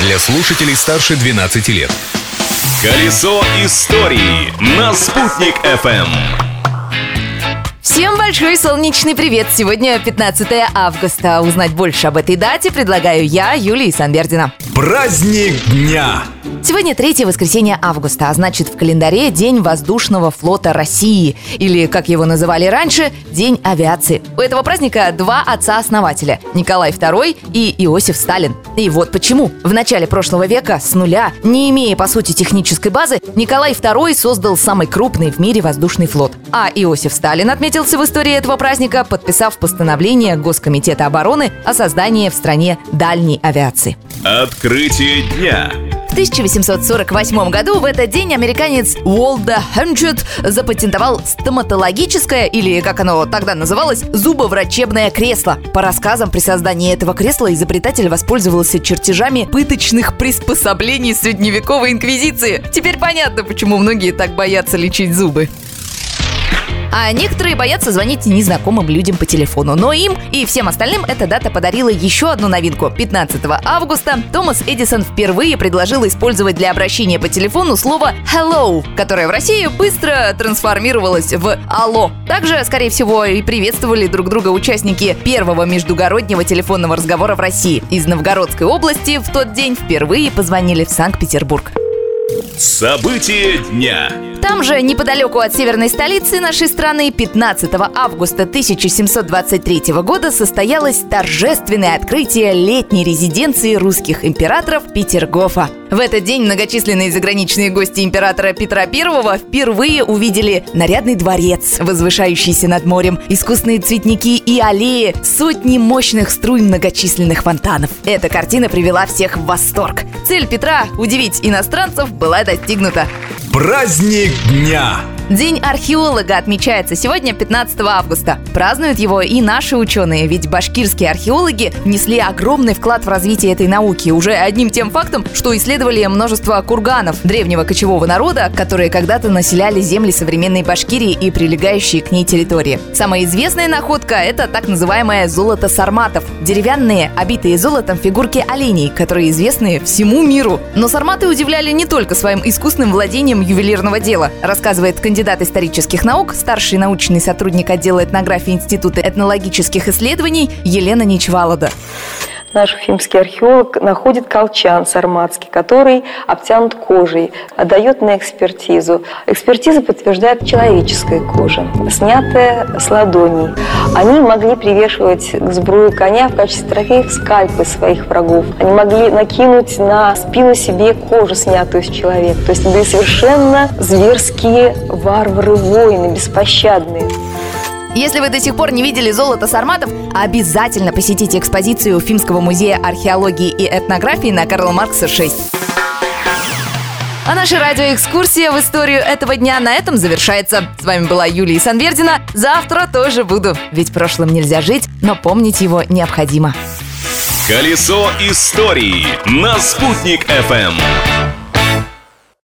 Для слушателей старше 12 лет. Колесо истории на Спутник FM. Всем большой солнечный привет! Сегодня 15 августа. Узнать больше об этой дате предлагаю я, Юлия Санбердина. Праздник дня! Сегодня 3 воскресенье августа, а значит в календаре День воздушного флота России. Или, как его называли раньше, День авиации. У этого праздника два отца-основателя – Николай II и Иосиф Сталин. И вот почему. В начале прошлого века с нуля, не имея по сути технической базы, Николай II создал самый крупный в мире воздушный флот. А Иосиф Сталин отметился в истории этого праздника, подписав постановление Госкомитета обороны о создании в стране дальней авиации. Открытие дня. В 1848 году в этот день американец Уолда Хенджет запатентовал стоматологическое, или, как оно тогда называлось, зубоврачебное кресло. По рассказам, при создании этого кресла изобретатель воспользовался чертежами пыточных приспособлений средневековой инквизиции. Теперь понятно, почему многие так боятся лечить зубы. А некоторые боятся звонить незнакомым людям по телефону. Но им и всем остальным эта дата подарила еще одну новинку. 15 августа Томас Эдисон впервые предложил использовать для обращения по телефону слово «hello», которое в России быстро трансформировалось в «алло». Также, скорее всего, и приветствовали друг друга участники первого междугороднего телефонного разговора в России. Из Новгородской области в тот день впервые позвонили в Санкт-Петербург. События дня. Там же, неподалеку от северной столицы нашей страны, 15 августа 1723 года состоялось торжественное открытие летней резиденции русских императоров Петергофа. В этот день многочисленные заграничные гости императора Петра I впервые увидели нарядный дворец, возвышающийся над морем, искусные цветники и аллеи, сотни мощных струй многочисленных фонтанов. Эта картина привела всех в восторг. Цель Петра – удивить иностранцев – была достигнута. Праздник дня! День археолога отмечается сегодня, 15 августа. Празднуют его и наши ученые, ведь башкирские археологи внесли огромный вклад в развитие этой науки уже одним тем фактом, что исследовали множество курганов древнего кочевого народа, которые когда-то населяли земли современной Башкирии и прилегающие к ней территории. Самая известная находка – это так называемое золото сарматов – деревянные, обитые золотом фигурки оленей, которые известны всему миру. Но сарматы удивляли не только своим искусным владением ювелирного дела, рассказывает кандидат исторических наук, старший научный сотрудник отдела этнографии Института этнологических исследований Елена Ничвалода. Наш уфимский археолог находит колчан сарматский, который обтянут кожей, отдает на экспертизу. Экспертиза подтверждает человеческая кожа, снятая с ладоней. Они могли привешивать к сбрую коня в качестве трофеев скальпы своих врагов. Они могли накинуть на спину себе кожу, снятую с человека. То есть были совершенно зверские варвары-воины, беспощадные. Если вы до сих пор не видели золото сарматов, обязательно посетите экспозицию Уфимского музея археологии и этнографии на Карла Маркса 6. А наша радиоэкскурсия в историю этого дня на этом завершается. С вами была Юлия Санбердина. Завтра тоже буду, ведь прошлым нельзя жить, но помнить его необходимо. Колесо истории на Спутник FM.